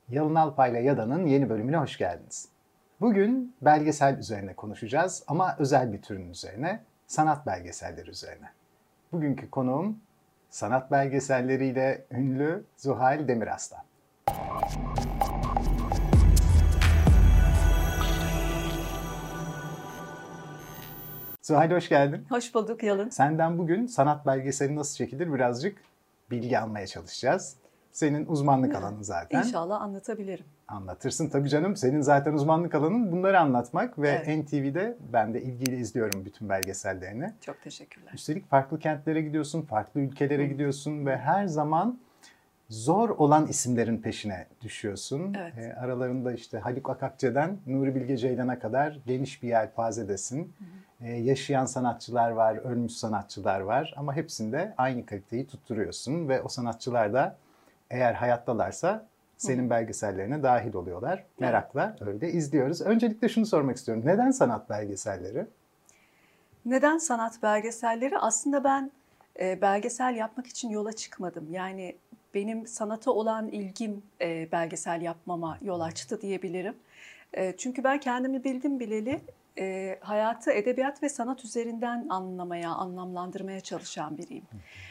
Yalın Alpay ile Yada'nın yeni bölümüne hoş geldiniz. Bugün belgesel üzerine konuşacağız ama özel bir türün üzerine, sanat belgeselleri üzerine. Bugünkü konuğum sanat belgeselleriyle ünlü Zuhal Demiraslan. Zuhal hoş geldin. Hoş bulduk Yalın. Senden bugün sanat belgeseli nasıl çekilir birazcık bilgi almaya çalışacağız. Senin uzmanlık alanın zaten. İnşallah anlatabilirim. Anlatırsın tabii canım. Senin zaten uzmanlık alanın bunları anlatmak ve Evet. NTV'de ben de ilgiyle izliyorum bütün belgesellerini. Çok teşekkürler. Üstelik farklı kentlere gidiyorsun, farklı ülkelere gidiyorsun ve her zaman zor olan isimlerin peşine düşüyorsun. Evet. Aralarında işte Haluk Akakçe'den Nuri Bilge Ceylan'a kadar geniş bir yelpazedesin. Yaşayan sanatçılar var, ölmüş sanatçılar var ama hepsinde aynı kaliteyi tutturuyorsun ve o sanatçılar da eğer hayattalarsa senin belgesellerine dahil oluyorlar. Merakla öyle izliyoruz. Öncelikle şunu sormak istiyorum. Neden sanat belgeselleri? Neden sanat belgeselleri? Aslında ben belgesel yapmak için yola çıkmadım. Yani benim sanata olan ilgim belgesel yapmama yol açtı diyebilirim. Çünkü ben kendimi bildim bileli hayatı edebiyat ve sanat üzerinden anlamaya, anlamlandırmaya çalışan biriyim.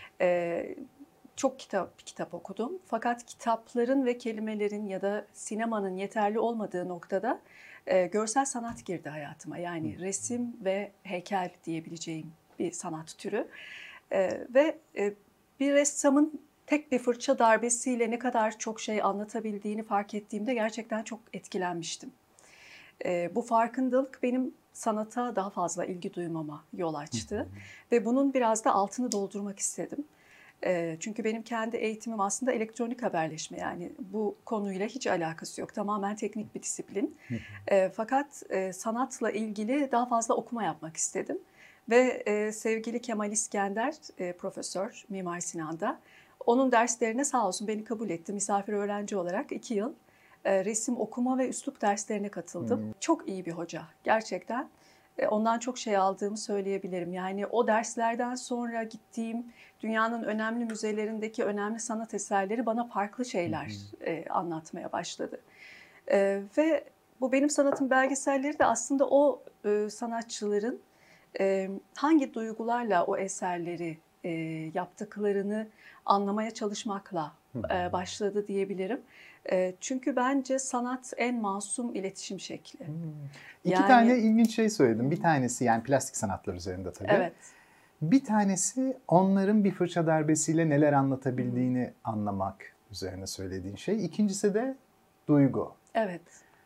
Çok kitap okudum. Fakat kitapların ve kelimelerin ya da sinemanın yeterli olmadığı noktada görsel sanat girdi hayatıma. Yani resim ve heykel diyebileceğim bir sanat türü. Ve bir ressamın tek bir fırça darbesiyle ne kadar çok şey anlatabildiğini fark ettiğimde gerçekten çok etkilenmiştim. Bu farkındalık benim sanata daha fazla ilgi duymama yol açtı. Ve bunun biraz da altını doldurmak istedim. Çünkü benim kendi eğitimim aslında elektronik haberleşme, yani bu konuyla hiç alakası yok. Tamamen teknik bir disiplin. Fakat sanatla ilgili daha fazla okuma yapmak istedim. Ve sevgili Kemal İskender, profesör Mimar Sinan'da, onun derslerine sağ olsun beni kabul etti. Misafir öğrenci olarak 2 yıl resim okuma ve üslup derslerine katıldım. Çok iyi bir hoca gerçekten. Ondan çok şey aldığımı söyleyebilirim. Yani o derslerden sonra gittiğim dünyanın önemli müzelerindeki önemli sanat eserleri bana farklı şeyler anlatmaya başladı. Ve bu benim sanatım belgeselleri de aslında o sanatçıların hangi duygularla o eserleri yaptıklarını anlamaya çalışmakla başladı diyebilirim. Çünkü bence sanat en masum iletişim şekli. İki tane ilginç şey söyledim. Bir tanesi yani plastik sanatlar üzerinde tabii. Evet. Bir tanesi onların bir fırça darbesiyle neler anlatabildiğini anlamak üzerine söylediğin şey. İkincisi de duygu. Evet.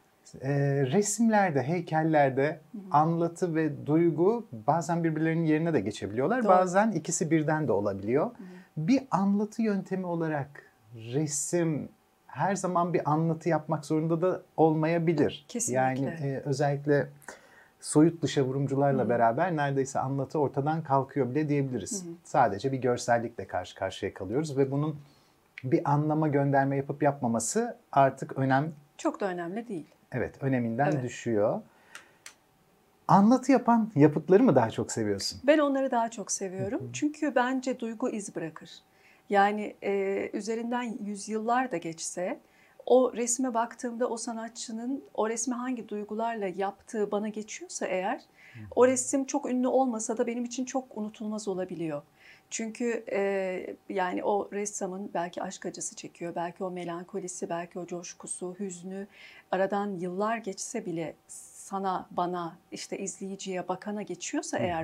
Resimlerde, heykellerde anlatı ve duygu bazen birbirlerinin yerine de geçebiliyorlar. Doğru. Bazen ikisi birden de olabiliyor. Bir anlatı yöntemi olarak resim her zaman bir anlatı yapmak zorunda da olmayabilir. Kesinlikle. Yani özellikle soyut dışavurumcularla beraber neredeyse anlatı ortadan kalkıyor bile diyebiliriz. Sadece bir görsellikle karşı karşıya kalıyoruz ve bunun bir anlama gönderme yapıp yapmaması artık çok da önemli değil. Evet, öneminden düşüyor. Anlatı yapan yapıtları mı daha çok seviyorsun? Ben onları daha çok seviyorum. Çünkü bence duygu iz bırakır. Yani üzerinden yüzyıllar da geçse o resme baktığımda o sanatçının o resmi hangi duygularla yaptığı bana geçiyorsa eğer o resim çok ünlü olmasa da benim için çok unutulmaz olabiliyor. Çünkü yani o ressamın belki aşk acısı çekiyor, belki o melankolisi, belki o coşkusu, hüznü aradan yıllar geçse bile sana, bana, işte izleyiciye, bakana geçiyorsa eğer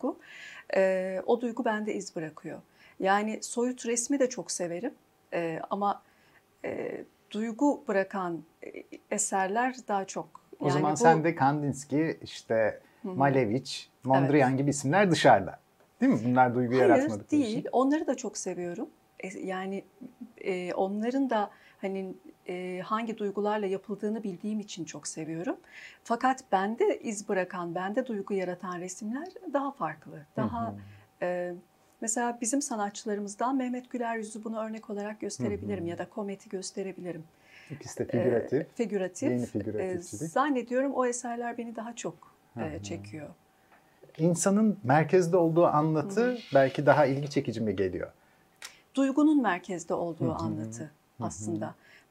o duygu bende iz bırakıyor. Yani soyut resmi de çok severim ama duygu bırakan eserler daha çok. O zaman sen de Kandinsky, işte Malevich, Mondrian gibi isimler dışarıda. Değil mi? Bunlar duygu yaratmadıkları için. Hayır değil. Onları da çok seviyorum. Yani onların da hani hangi duygularla yapıldığını bildiğim için çok seviyorum. Fakat bende iz bırakan, bende duygu yaratan resimler daha farklı. Daha mesela bizim sanatçılarımızdan Mehmet Güler Yüz'ü buna örnek olarak gösterebilirim ya da Komet'i gösterebilirim. İkisi de figüratif. Figüratif. Yeni figüratifçilik. Zannediyorum o eserler beni daha çok çekiyor. İnsanın merkezde olduğu anlatı belki daha ilgi çekici mi geliyor? Duygunun merkezde olduğu anlatı aslında.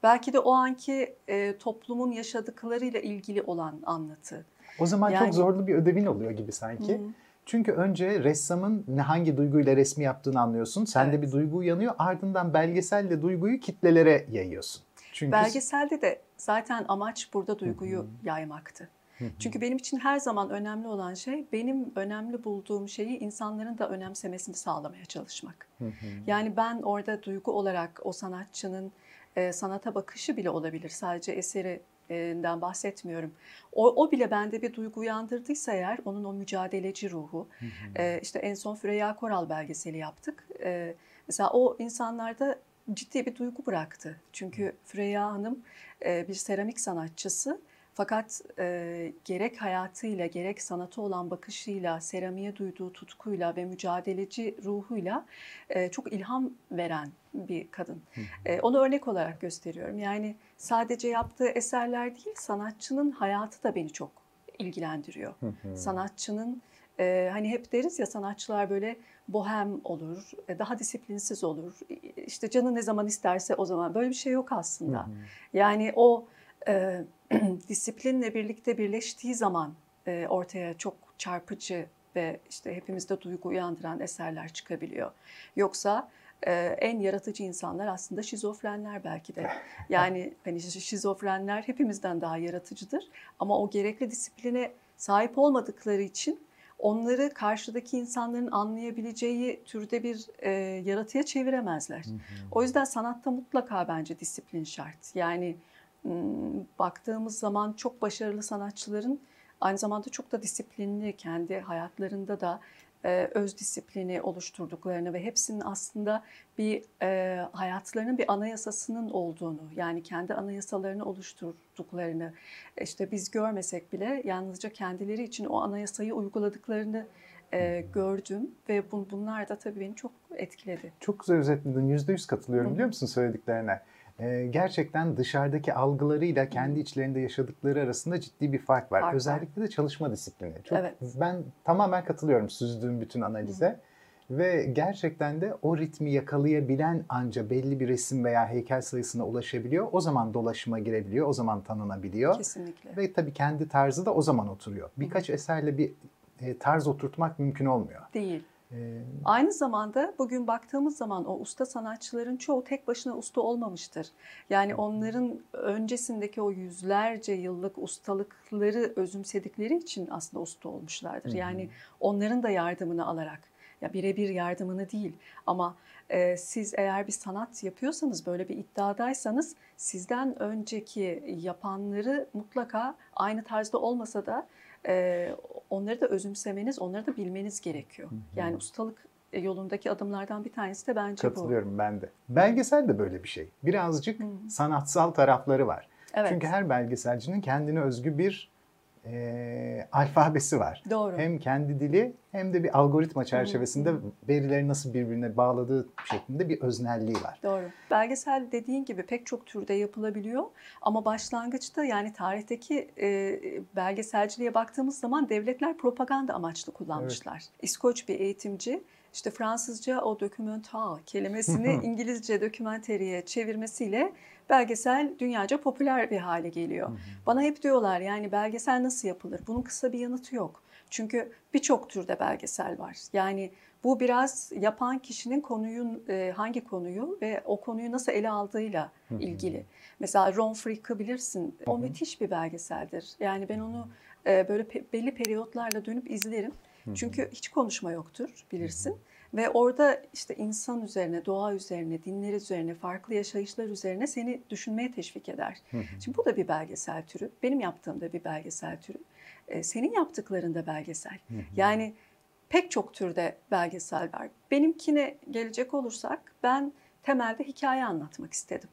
Belki de o anki toplumun yaşadıklarıyla ilgili olan anlatı. O zaman Yani, çok zorlu bir ödevin oluyor gibi sanki. Çünkü önce ressamın hangi duyguyla resmi yaptığını anlıyorsun. Sende Evet. bir duygu uyanıyor. Ardından belgeselle duyguyu kitlelere yayıyorsun. Çünkü Belgeselde de zaten amaç burada duyguyu yaymaktı. Çünkü benim için her zaman önemli olan şey, benim önemli bulduğum şeyi insanların da önemsemesini sağlamaya çalışmak. Yani ben orada duygu olarak o sanatçının sanata bakışı bile olabilir. Sadece eserinden bahsetmiyorum. O bile bende bir duygu uyandırdıysa eğer, onun o mücadeleci ruhu. İşte en son Süreyya Koral belgeseli yaptık. Mesela o insanlarda ciddi bir duygu bıraktı. Çünkü Süreyya Hanım bir seramik sanatçısı. Fakat gerek hayatıyla gerek sanata olan bakışıyla, seramiğe duyduğu tutkuyla ve mücadeleci ruhuyla çok ilham veren bir kadın. Onu örnek olarak gösteriyorum. Yani sadece yaptığı eserler değil, sanatçının hayatı da beni çok ilgilendiriyor. Sanatçının hani hep deriz ya, sanatçılar böyle bohem olur, daha disiplinsiz olur. İşte canı ne zaman isterse o zaman. Böyle bir şey yok aslında. Yani o disiplinle birlikte birleştiği zaman ortaya çok çarpıcı ve işte hepimizde duygu uyandıran eserler çıkabiliyor. Yoksa en yaratıcı insanlar aslında şizofrenler belki de. Yani hani şizofrenler hepimizden daha yaratıcıdır ama o gerekli disipline sahip olmadıkları için onları karşıdaki insanların anlayabileceği türde bir yaratıya çeviremezler. O yüzden sanatta mutlaka bence disiplin şart. Yani baktığımız zaman çok başarılı sanatçıların aynı zamanda çok da disiplinli, kendi hayatlarında da öz disiplini oluşturduklarını ve hepsinin aslında bir hayatlarının bir anayasasının olduğunu, yani kendi anayasalarını oluşturduklarını, işte biz görmesek bile yalnızca kendileri için o anayasayı uyguladıklarını gördüm ve bunlar da tabii beni çok etkiledi. Çok güzel özetledin. %100 katılıyorum, biliyor musun söylediklerine? Gerçekten dışarıdaki algılarıyla kendi içlerinde yaşadıkları arasında ciddi bir fark var. Özellikle de çalışma disiplini. Evet. Ben tamamen katılıyorum süzdüğüm bütün analize. Ve gerçekten de o ritmi yakalayabilen anca belli bir resim veya heykel sayısına ulaşabiliyor. O zaman dolaşıma girebiliyor, o zaman tanınabiliyor. Kesinlikle. Ve tabii kendi tarzı da o zaman oturuyor. Birkaç eserle bir tarz oturtmak mümkün olmuyor. Değil. Aynı zamanda bugün baktığımız zaman o usta sanatçıların çoğu tek başına usta olmamıştır. Yani onların öncesindeki o yüzlerce yıllık ustalıkları özümsedikleri için aslında usta olmuşlardır. Yani onların da yardımını alarak, ya birebir yardımını değil ama siz eğer bir sanat yapıyorsanız, böyle bir iddiadaysanız sizden önceki yapanları mutlaka aynı tarzda olmasa da onları da özümsemeniz, onları da bilmeniz gerekiyor. Yani ustalık yolundaki adımlardan bir tanesi de bence bu. Katılıyorum ben de. Belgesel de böyle bir şey. Birazcık sanatsal tarafları var. Evet. Çünkü her belgeselcinin kendine özgü bir alfabesi var. Doğru. Hem kendi dili hem de bir algoritma çerçevesinde verileri nasıl birbirine bağladığı şeklinde bir öznelliği var. Doğru. Belgesel dediğin gibi pek çok türde yapılabiliyor ama başlangıçta, yani tarihteki belgeselciliğe baktığımız zaman devletler propaganda amaçlı kullanmışlar. Evet. İskoç bir eğitimci işte Fransızca o documental kelimesini İngilizce documentary'e çevirmesiyle belgesel dünyaca popüler bir hale geliyor. Bana hep diyorlar, yani belgesel nasıl yapılır? Bunun kısa bir yanıtı yok. Çünkü birçok türde belgesel var. Yani bu biraz yapan kişinin hangi konuyu ve o konuyu nasıl ele aldığıyla ilgili. Mesela Ron Frick'ı bilirsin. O müthiş bir belgeseldir. Yani ben onu böyle belli periyotlarla dönüp izlerim. Çünkü hiç konuşma yoktur, bilirsin. Ve orada işte insan üzerine, doğa üzerine, dinler üzerine, farklı yaşayışlar üzerine seni düşünmeye teşvik eder. Şimdi bu da bir belgesel türü. Benim yaptığım da bir belgesel türü. Senin yaptıkların da belgesel. Yani pek çok türde belgesel var. Benimkine gelecek olursak, ben temelde hikaye anlatmak istedim.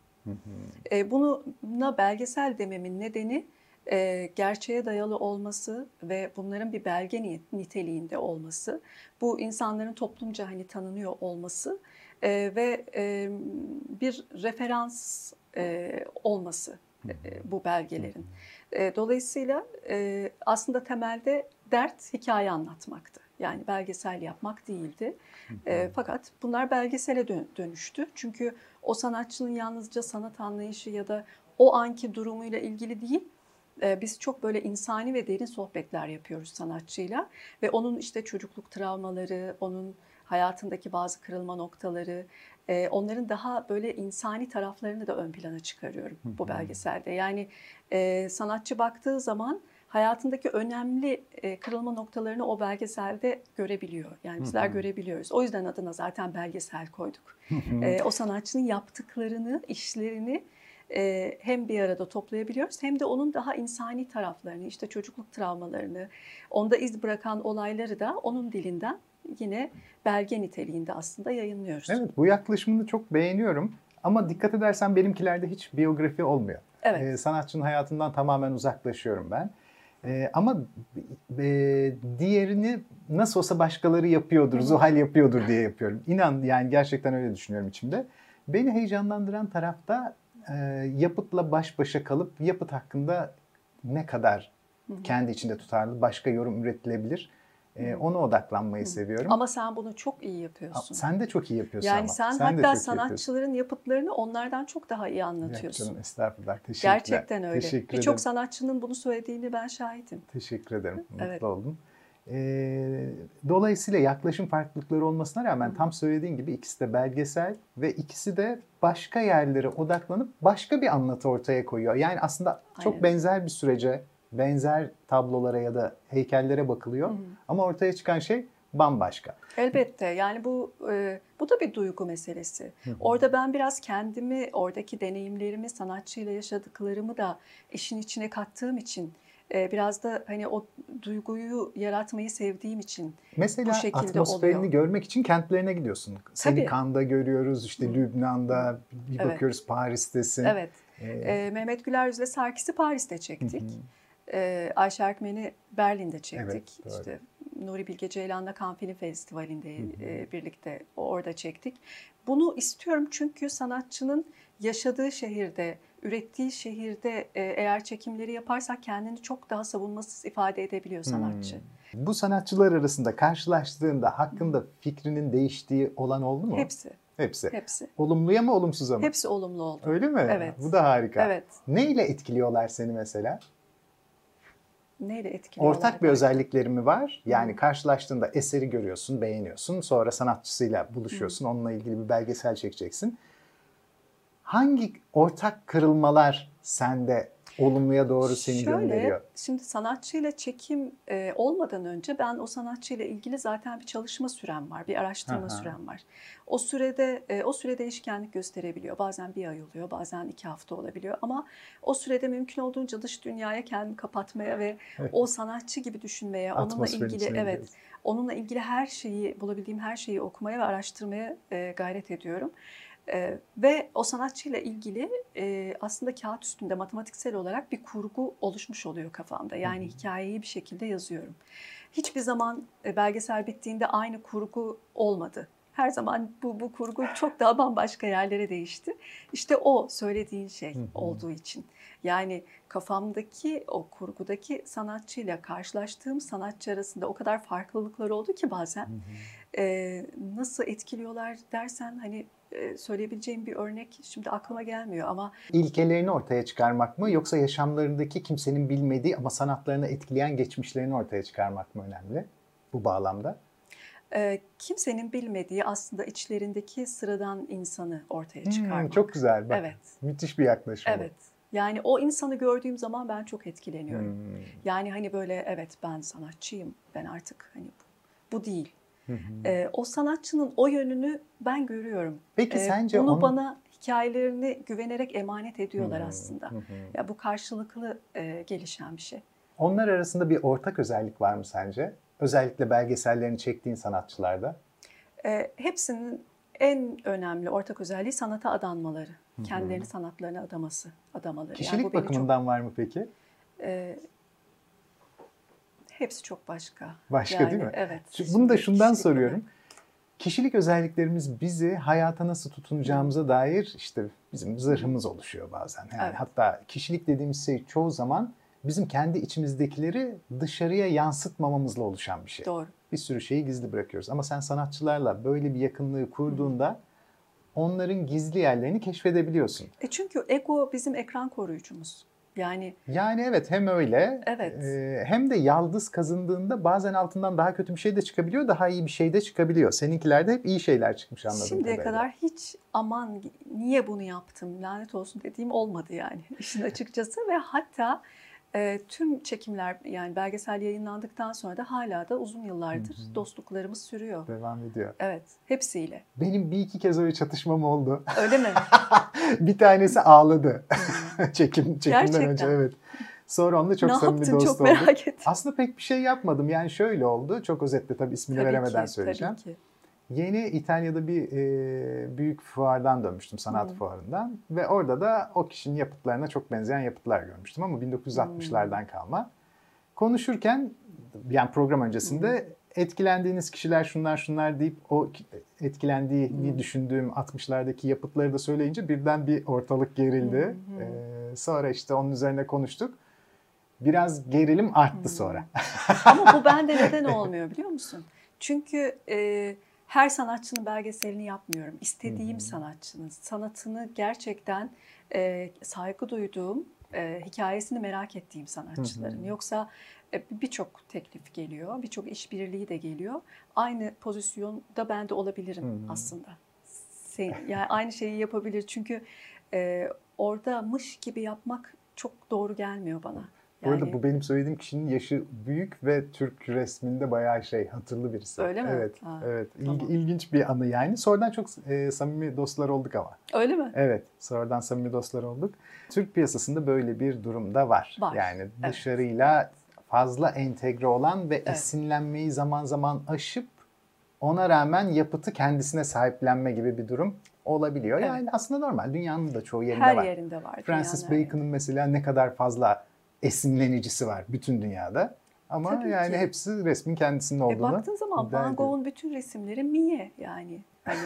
Buna belgesel dememin nedeni gerçeğe dayalı olması ve bunların bir belge niteliğinde olması, bu insanların toplumca hani tanınıyor olması ve bir referans olması bu belgelerin. Dolayısıyla aslında temelde dert hikaye anlatmaktı. Yani belgesel yapmak değildi. Fakat bunlar belgesele dönüştü. Çünkü o sanatçının yalnızca sanat anlayışı ya da o anki durumuyla ilgili değil, biz çok böyle insani ve derin sohbetler yapıyoruz sanatçıyla ve onun işte çocukluk travmaları, onun hayatındaki bazı kırılma noktaları, onların daha böyle insani taraflarını da ön plana çıkarıyorum bu belgeselde. Yani sanatçı baktığı zaman hayatındaki önemli kırılma noktalarını o belgeselde görebiliyor. Yani bizler görebiliyoruz. O yüzden adına zaten belgesel koyduk. O sanatçının yaptıklarını, işlerini hem bir arada toplayabiliyoruz hem de onun daha insani taraflarını, işte çocukluk travmalarını, onda iz bırakan olayları da onun dilinden yine belge niteliğinde aslında yayınlıyoruz. Evet, bu yaklaşımını çok beğeniyorum. Ama dikkat edersen benimkilerde hiç biyografi olmuyor. Evet. Sanatçının hayatından tamamen uzaklaşıyorum ben. Ama diğerini nasıl olsa başkaları yapıyordur, Zuhal yapıyordur diye yapıyorum. İnan, yani gerçekten öyle düşünüyorum içimde. Beni heyecanlandıran taraf da yapıtla baş başa kalıp yapıt hakkında ne kadar kendi içinde tutarlı başka yorum üretilebilir. Ona odaklanmayı seviyorum. Ama sen bunu çok iyi yapıyorsun. Sen de çok iyi yapıyorsun yani ama. sen de hatta çok sanatçıların yapıtlarını onlardan çok daha iyi anlatıyorsun. Canım, estağfurullah. Teşekkürler. Gerçekten öyle. Teşekkür Birçok ederim. sanatçının bunu söylediğini ben şahidim. Teşekkür ederim. Mutlu Evet. oldum. Dolayısıyla yaklaşım farklılıkları olmasına rağmen tam söylediğin gibi ikisi de belgesel ve ikisi de başka yerlere odaklanıp başka bir anlatı ortaya koyuyor. Yani aslında çok Aynen. benzer bir sürece, benzer tablolara ya da heykellere bakılıyor ama ortaya çıkan şey bambaşka. Elbette, yani bu da bir duygu meselesi. Orada ben biraz kendimi, oradaki deneyimlerimi, sanatçıyla yaşadıklarımı da işin içine kattığım için, biraz da hani o duyguyu yaratmayı sevdiğim için Mesela bu şekilde atmosferini oluyor. görmek için kentlerine gidiyorsun. Seni Tabii. Cannes'da görüyoruz, işte Lübnan'da, bir Evet. bakıyoruz Paris'tesin. Evet. Mehmet Güler Yüz'le Sarkis'i Paris'te çektik. Ayşe Erkmen'i Berlin'de çektik. Evet, doğru. İşte Nuri Bilge Ceylan'la Cannes Film Festivali'nde birlikte orada çektik. Bunu istiyorum çünkü sanatçının yaşadığı şehirde, ürettiği şehirde eğer çekimleri yaparsak kendini çok daha savunmasız ifade edebiliyor sanatçı. Bu sanatçılar arasında karşılaştığında hakkında fikrinin değiştiği olan oldu mu? Hepsi. Hepsi. Hepsi. Olumluya mı olumsuza mı? Hepsi olumlu oldu. Öyle mi? Evet. Bu da harika. Evet. Neyle etkiliyorlar seni mesela? Neyle etkiliyorlar? Ortak bir özellikleri mi var? Yani karşılaştığında eseri görüyorsun, beğeniyorsun. Sonra sanatçısıyla buluşuyorsun. Onunla ilgili bir belgesel çekeceksin. Hangi ortak kırılmalar sende olumluya doğru seni gönderiyor? Şimdi sanatçıyla çekim olmadan önce ben o sanatçıyla ilgili zaten bir çalışma sürem var, bir araştırma sürem var. O süre değişkenlik gösterebiliyor. Bazen bir ay oluyor, bazen 2 hafta olabiliyor. Ama o sürede mümkün olduğunca dış dünyaya kendimi kapatmaya ve o sanatçı gibi düşünmeye, onunla ilgili her şeyi, bulabildiğim her şeyi okumaya ve araştırmaya gayret ediyorum. Ve o sanatçıyla ilgili aslında kağıt üstünde matematiksel olarak bir kurgu oluşmuş oluyor kafamda. Yani hikayeyi bir şekilde yazıyorum. Hiçbir zaman belgesel bittiğinde aynı kurgu olmadı. Her zaman bu kurgu çok daha bambaşka yerlere değişti. İşte o söylediğin şey olduğu için. Yani kafamdaki o kurgudaki sanatçıyla karşılaştığım sanatçı arasında o kadar farklılıklar oldu ki bazen. Nasıl etkiliyorlar dersen hani söyleyebileceğim bir örnek şimdi aklıma gelmiyor ama... İlkelerini ortaya çıkarmak mı yoksa yaşamlarındaki kimsenin bilmediği ama sanatlarını etkileyen geçmişlerini ortaya çıkarmak mı önemli bu bağlamda? Kimsenin bilmediği aslında içlerindeki sıradan insanı ortaya çıkarmak. Çok güzel. Bak, evet. Müthiş bir yaklaşım. Evet. Yani o insanı gördüğüm zaman ben çok etkileniyorum. Yani hani böyle evet ben sanatçıyım. Ben artık hani bu değil. O sanatçının o yönünü ben görüyorum. Peki sence bunu bana hikayelerini güvenerek emanet ediyorlar aslında. Ya bu karşılıklı gelişen bir şey. Onlar arasında bir ortak özellik var mı sence? Özellikle belgesellerini çektiğin sanatçılarda. Hepsinin en önemli ortak özelliği sanata adanmaları. Kendilerini sanatlarına adamaları. Kişilik yani bakımından var mı peki? Hepsi çok başka. Başka değil mi? Evet. Bunu da şundan soruyorum. Kişilik özelliklerimiz bizi hayata nasıl tutunacağımıza dair işte bizim zırhımız oluşuyor bazen. Yani hatta kişilik dediğimiz şey çoğu zaman bizim kendi içimizdekileri dışarıya yansıtmamamızla oluşan bir şey. Doğru. bir sürü şeyi gizli bırakıyoruz. Ama sen sanatçılarla böyle bir yakınlığı kurduğunda onların gizli yerlerini keşfedebiliyorsun. Çünkü ego bizim ekran koruyucumuz. Yani evet, hem öyle Evet. hem de yaldız kazındığında bazen altından daha kötü bir şey de çıkabiliyor, daha iyi bir şey de çıkabiliyor. Seninkilerde hep iyi şeyler çıkmış anladığım Şimdiye kadarıyla. kadar hiç aman niye bunu yaptım, lanet olsun dediğim olmadı yani işin açıkçası. Ve hatta tüm çekimler, yani belgesel yayınlandıktan sonra da hala da uzun yıllardır dostluklarımız sürüyor. Devam ediyor. Evet, hepsiyle. Benim bir iki kez öyle çatışmam oldu. Öyle mi? Bir tanesi ağladı. Çekimden Gerçekten. önce, evet. Sonra onunla çok Ne samimi yaptın? dost Çok olduk. merak ettim. Aslında pek bir şey yapmadım. Yani şöyle oldu. Çok özetle, tabii ismini veremeden söyleyeceğim. Tabii ki. Yeni İtalya'da bir büyük fuardan dönmüştüm, sanat fuarından. Ve orada da o kişinin yapıtlarına çok benzeyen yapıtlar görmüştüm ama 1960'lardan kalma. Konuşurken, yani program öncesinde etkilendiğiniz kişiler şunlar deyip o etkilendiğini düşündüğüm 60'lardaki yapıtları da söyleyince birden bir ortalık gerildi. Sonra işte onun üzerine konuştuk. Biraz gerilim arttı sonra. Ama bu bende neden olmuyor biliyor musun? Çünkü her sanatçının belgeselini yapmıyorum. İstediğim sanatçının, sanatını gerçekten saygı duyduğum, hikayesini merak ettiğim sanatçıların. Yoksa birçok teklif geliyor, birçok işbirliği de geliyor. Aynı pozisyonda ben de olabilirim aslında. Yani aynı şeyi yapabilir. Çünkü orada mış gibi yapmak çok doğru gelmiyor bana. Bu arada bu benim söylediğim kişinin yaşı büyük ve Türk resminde bayağı hatırlı birisi. Öyle mi? Evet, evet. Tamam. İlginç bir anı yani. Sonradan çok samimi dostlar olduk ama. Öyle mi? Evet, sonradan samimi dostlar olduk. Türk piyasasında böyle bir durum da var. Yani dışarıyla fazla entegre olan ve esinlenmeyi zaman zaman aşıp ona rağmen yapıtı kendisine sahiplenme gibi bir durum olabiliyor. Yani aslında normal. Dünyanın da çoğu yerinde var. Her yerinde var. Francis Bacon'ın mesela ne kadar fazla esinlenicisi var bütün dünyada. Ama tabii yani ki. hepsi resmin kendisinin olduğunu. Baktığın zaman Van Gogh'un bütün resimleri Mie yani.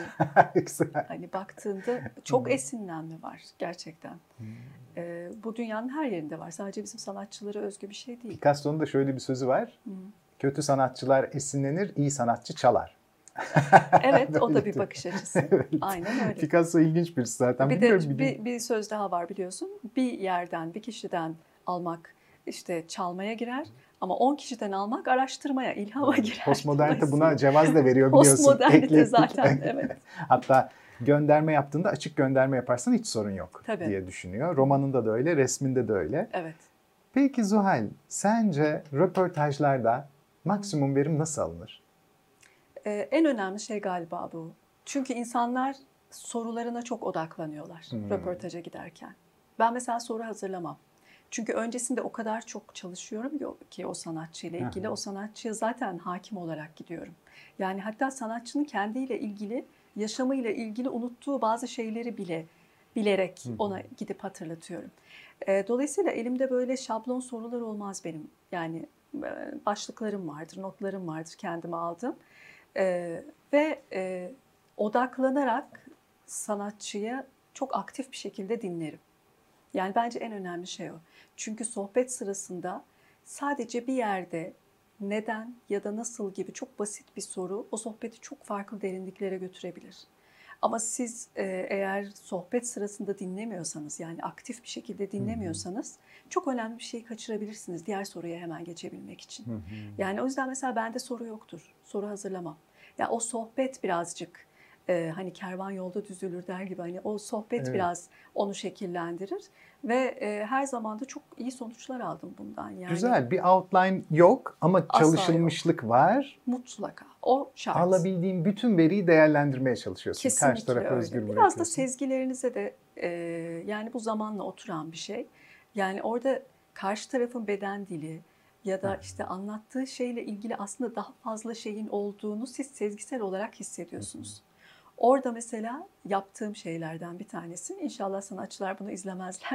Hani baktığında çok esinlenme var gerçekten. Bu dünyanın her yerinde var. Sadece bizim sanatçılara özgü bir şey değil. Picasso'nun da şöyle bir sözü var. Kötü sanatçılar esinlenir, iyi sanatçı çalar. Evet, o da bir bakış açısı. Evet. Aynen öyle. Picasso ilginç birisi zaten. Bir söz daha var biliyorsun. Bir yerden, bir kişiden almak işte çalmaya girer. Ama 10 kişiden almak araştırmaya, ilhama girer. Postmodernite buna cevaz da veriyor biliyorsun. Postmodernite zaten, evet. Hatta gönderme yaptığında açık gönderme yaparsan hiç sorun yok diye düşünüyor. Romanında da öyle, resminde de öyle. Evet. Peki Zuhal, sence röportajlarda maksimum verim nasıl alınır? En önemli şey galiba bu. Çünkü insanlar sorularına çok odaklanıyorlar röportaja giderken. Ben mesela soru hazırlamam. Çünkü öncesinde o kadar çok çalışıyorum ki o sanatçıyla ilgili. O sanatçıya zaten hakim olarak gidiyorum. Yani hatta sanatçının kendiyle ilgili, yaşamıyla ilgili unuttuğu bazı şeyleri bile bilerek ona gidip hatırlatıyorum. Dolayısıyla elimde böyle şablon sorular olmaz benim. Yani başlıklarım vardır, notlarım vardır kendime aldığım. Ve odaklanarak sanatçıya çok aktif bir şekilde dinlerim. Yani bence en önemli şey o. Çünkü sohbet sırasında sadece bir yerde neden ya da nasıl gibi çok basit bir soru o sohbeti çok farklı derinliklere götürebilir. Ama siz eğer sohbet sırasında dinlemiyorsanız, yani aktif bir şekilde dinlemiyorsanız çok önemli bir şeyi kaçırabilirsiniz diğer soruya hemen geçebilmek için. Yani o yüzden mesela bende soru yoktur. Soru hazırlamam. Yani o sohbet birazcık hani kervan yolda düzülür der gibi, hani o sohbet biraz onu şekillendirir ve her zaman da çok iyi sonuçlar aldım bundan. Yani güzel, bir outline yok ama çalışılmışlık var. Mutlaka. O şart. Alabildiğin bütün veriyi değerlendirmeye çalışıyorsun. Kesinlikle Karşı tarafa özgür öyle. bırakıyorsun. Biraz da sezgilerinize de yani bu zamanla oturan bir şey. Yani orada karşı tarafın beden dili ya da işte anlattığı şeyle ilgili aslında daha fazla şeyin olduğunu siz sezgisel olarak hissediyorsunuz. Orada mesela yaptığım şeylerden bir tanesi, İnşallah sanatçılar bunu izlemezler.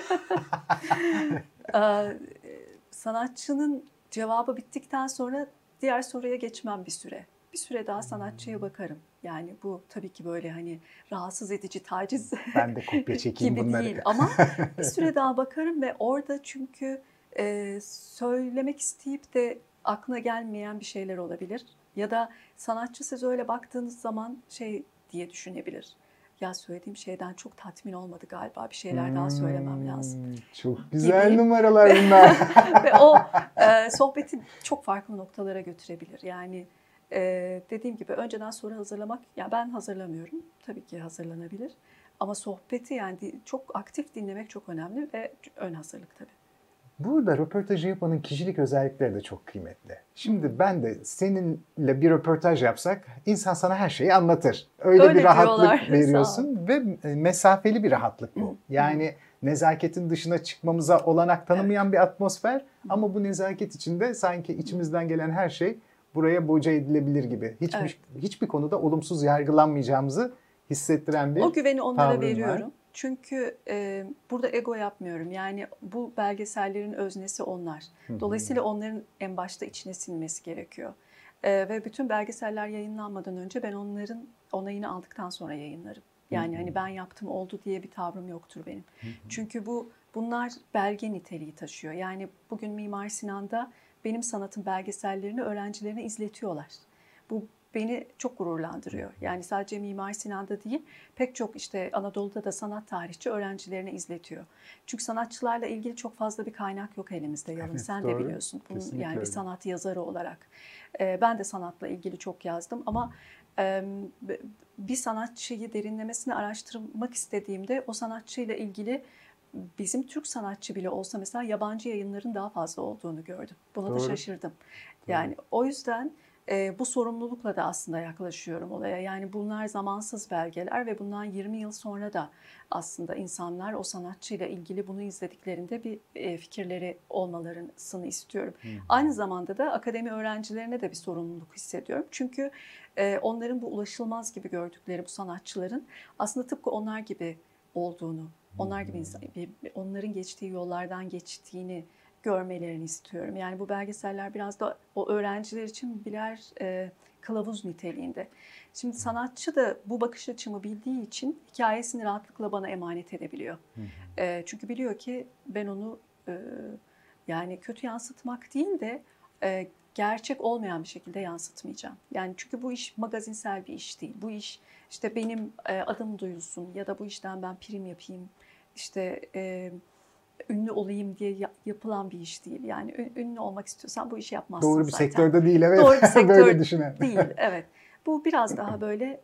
Sanatçının cevabı bittikten sonra diğer soruya geçmem bir süre. Bir süre daha sanatçıya bakarım. Yani bu tabii ki böyle hani rahatsız edici, taciz ben de kopya çekeyim gibi bunları. değil. Ama bir süre daha bakarım ve orada çünkü söylemek isteyip de aklına gelmeyen bir şeyler olabilir. Ya da sanatçı siz öyle baktığınız zaman şey diye düşünebilir. Ya söylediğim şeyden çok tatmin olmadı galiba. Bir şeyler daha söylemem lazım. Çok güzel gibi. numaralar bunlar. Ve o sohbeti çok farklı noktalara götürebilir. Yani dediğim gibi önceden soru hazırlamak, ya ben hazırlamıyorum. Tabii ki hazırlanabilir. Ama sohbeti yani çok aktif dinlemek çok önemli ve ön hazırlık tabii. Burada röportajı yapanın kişilik özellikleri de çok kıymetli. Şimdi ben de seninle bir röportaj yapsak insan sana her şeyi anlatır. Öyle bir rahatlık veriyorsun ve mesafeli bir rahatlık bu. Yani nezaketin dışına çıkmamıza olanak tanımayan bir atmosfer ama bu nezaket içinde sanki içimizden gelen her şey buraya boca edilebilir gibi. Hiçbir konuda olumsuz yargılanmayacağımızı hissettiren bir o güveni onlara tavrın veriyorum. var. Çünkü burada ego yapmıyorum. Yani bu belgesellerin öznesi onlar. Dolayısıyla onların en başta içine sinmesi gerekiyor. Ve bütün belgeseller yayınlanmadan önce ben onların onayını aldıktan sonra yayınlarım. Yani hani ben yaptım oldu diye bir tavrım yoktur benim. Çünkü bunlar belge niteliği taşıyor. Yani bugün Mimar Sinan'da benim sanatım belgesellerini öğrencilerine izletiyorlar. Bu beni çok gururlandırıyor. Yani sadece Mimar Sinan'da değil, pek çok işte Anadolu'da da sanat tarihçi öğrencilerine izletiyor. Çünkü sanatçılarla ilgili çok fazla bir kaynak yok elimizde Yalın. Evet, Sen doğru. de biliyorsun. Kesinlikle Yani bir öyle. sanat yazarı olarak. Ben de sanatla ilgili çok yazdım ama bir sanatçıyı derinlemesine araştırmak istediğimde o sanatçıyla ilgili bizim Türk sanatçı bile olsa mesela yabancı yayınların daha fazla olduğunu gördüm. Buna Doğru. da şaşırdım. Yani o yüzden bu sorumlulukla da aslında yaklaşıyorum olaya. Yani bunlar zamansız belgeler ve bundan 20 yıl sonra da aslında insanlar o sanatçıyla ilgili bunu izlediklerinde bir fikirleri olmalarını istiyorum. Aynı zamanda da akademi öğrencilerine de bir sorumluluk hissediyorum. Çünkü onların bu ulaşılmaz gibi gördükleri bu sanatçıların aslında tıpkı onlar gibi olduğunu, onlar gibi onların geçtiği yollardan geçtiğini görmelerini istiyorum. Yani bu belgeseller biraz da o öğrenciler için birer kılavuz niteliğinde. Şimdi sanatçı da bu bakış açımı bildiği için hikayesini rahatlıkla bana emanet edebiliyor. Çünkü biliyor ki ben onu yani kötü yansıtmak değil de gerçek olmayan bir şekilde yansıtmayacağım. Yani çünkü bu iş magazinsel bir iş değil. Bu iş işte benim adım duyulsun ya da bu işten ben prim yapayım. İşte ünlü olayım diye yapılan bir iş değil. Yani ünlü olmak istiyorsan bu işi yapmazsın Doğru bir zaten. sektörde değil, evet. Doğru bir sektör Böyle düşünen. değil, evet. Bu biraz daha böyle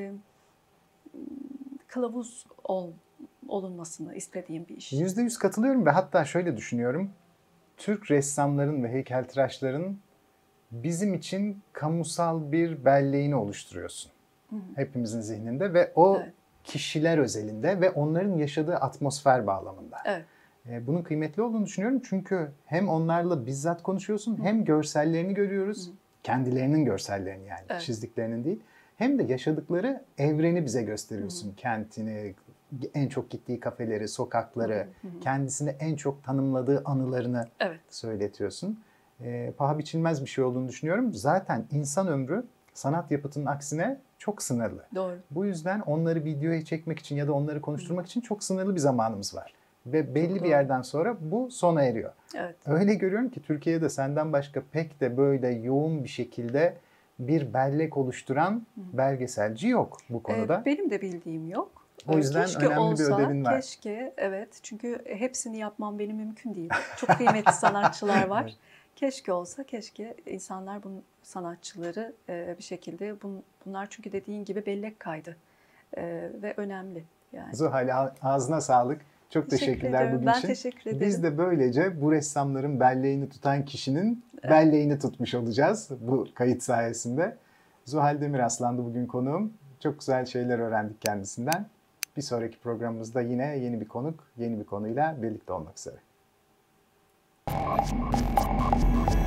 kılavuz olunmasını istediğim bir iş. %100 katılıyorum ve hatta şöyle düşünüyorum. Türk ressamların ve heykeltıraşların bizim için kamusal bir belleğini oluşturuyorsun. Hepimizin zihninde ve o kişiler özelinde ve onların yaşadığı atmosfer bağlamında. Evet. Bunun kıymetli olduğunu düşünüyorum çünkü hem onlarla bizzat konuşuyorsun hem görsellerini görüyoruz. Kendilerinin görsellerini yani çizdiklerinin değil. Hem de yaşadıkları evreni bize gösteriyorsun. Kentini, en çok gittiği kafeleri, sokakları, kendisini en çok tanımladığı anılarını söyletiyorsun. Paha biçilmez bir şey olduğunu düşünüyorum. Zaten insan ömrü sanat yapıtının aksine çok sınırlı. Doğru. Bu yüzden onları videoya çekmek için ya da onları konuşturmak için çok sınırlı bir zamanımız var. Ve belli bir yerden sonra bu sona eriyor. Evet. Öyle görüyorum ki Türkiye'de senden başka pek de böyle yoğun bir şekilde bir bellek oluşturan belgeselci yok bu konuda. Benim de bildiğim yok. O yüzden keşke önemli olsa, bir ödevin var. Keşke, evet. Çünkü hepsini yapmam benim mümkün değil. Çok kıymetli sanatçılar var. Evet. Keşke olsa, keşke insanlar bu sanatçıları bir şekilde, bunlar çünkü dediğin gibi bellek kaydı ve önemli. Yani. Zuhal, ağzına sağlık. Çok teşekkürler bugün için. Ben teşekkür ederim. Biz de böylece bu ressamların belleğini tutan kişinin belleğini tutmuş olacağız bu kayıt sayesinde. Zuhal Demiraslan'dı bugün konuğum. Çok güzel şeyler öğrendik kendisinden. Bir sonraki programımızda yine yeni bir konuk, yeni bir konuyla birlikte olmak üzere.